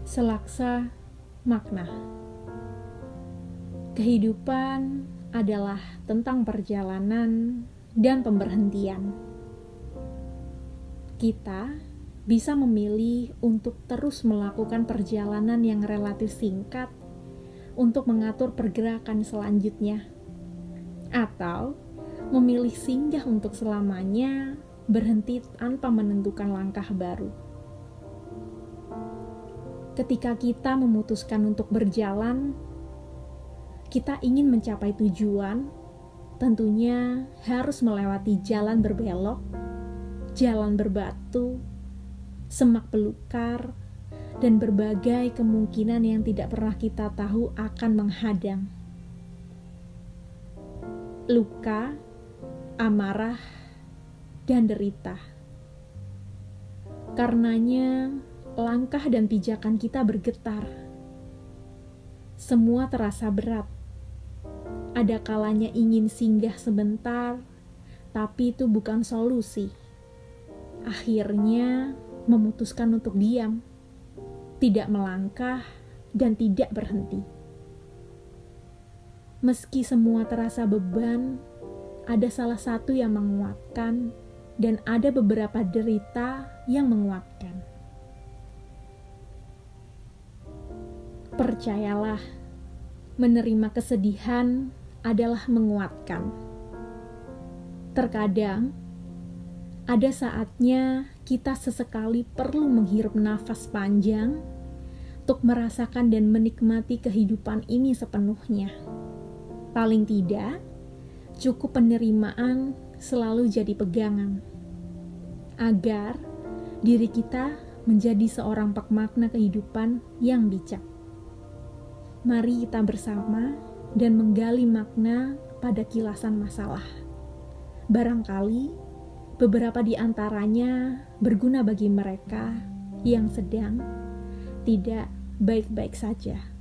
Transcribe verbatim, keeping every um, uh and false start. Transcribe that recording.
Selaksa makna. Kehidupan adalah tentang perjalanan dan pemberhentian. Kita bisa memilih untuk terus melakukan perjalanan yang relatif singkat untuk mengatur pergerakan selanjutnya, atau memilih singgah untuk selamanya, berhenti tanpa menentukan langkah baru. Ketika kita memutuskan untuk berjalan, kita ingin mencapai tujuan, tentunya harus melewati jalan berbelok, jalan berbatu, semak belukar, dan berbagai kemungkinan yang tidak pernah kita tahu akan menghadang. Luka, amarah, dan derita. Karenanya, langkah dan pijakan kita bergetar. Semua terasa berat. Ada kalanya ingin singgah sebentar, tapi itu bukan solusi. Akhirnya memutuskan untuk diam, tidak melangkah, dan tidak berhenti. Meski semua terasa beban, ada salah satu yang menguatkan, dan ada beberapa derita yang menguatkan. Percayalah, menerima kesedihan adalah menguatkan. Terkadang, ada saatnya kita sesekali perlu menghirup nafas panjang untuk merasakan dan menikmati kehidupan ini sepenuhnya. Paling tidak, cukup penerimaan selalu jadi pegangan, agar diri kita menjadi seorang pemakna kehidupan yang bijak. Mari kita bersama dan menggali makna pada kilasan masalah. Barangkali beberapa di antaranya berguna bagi mereka yang sedang tidak baik-baik saja.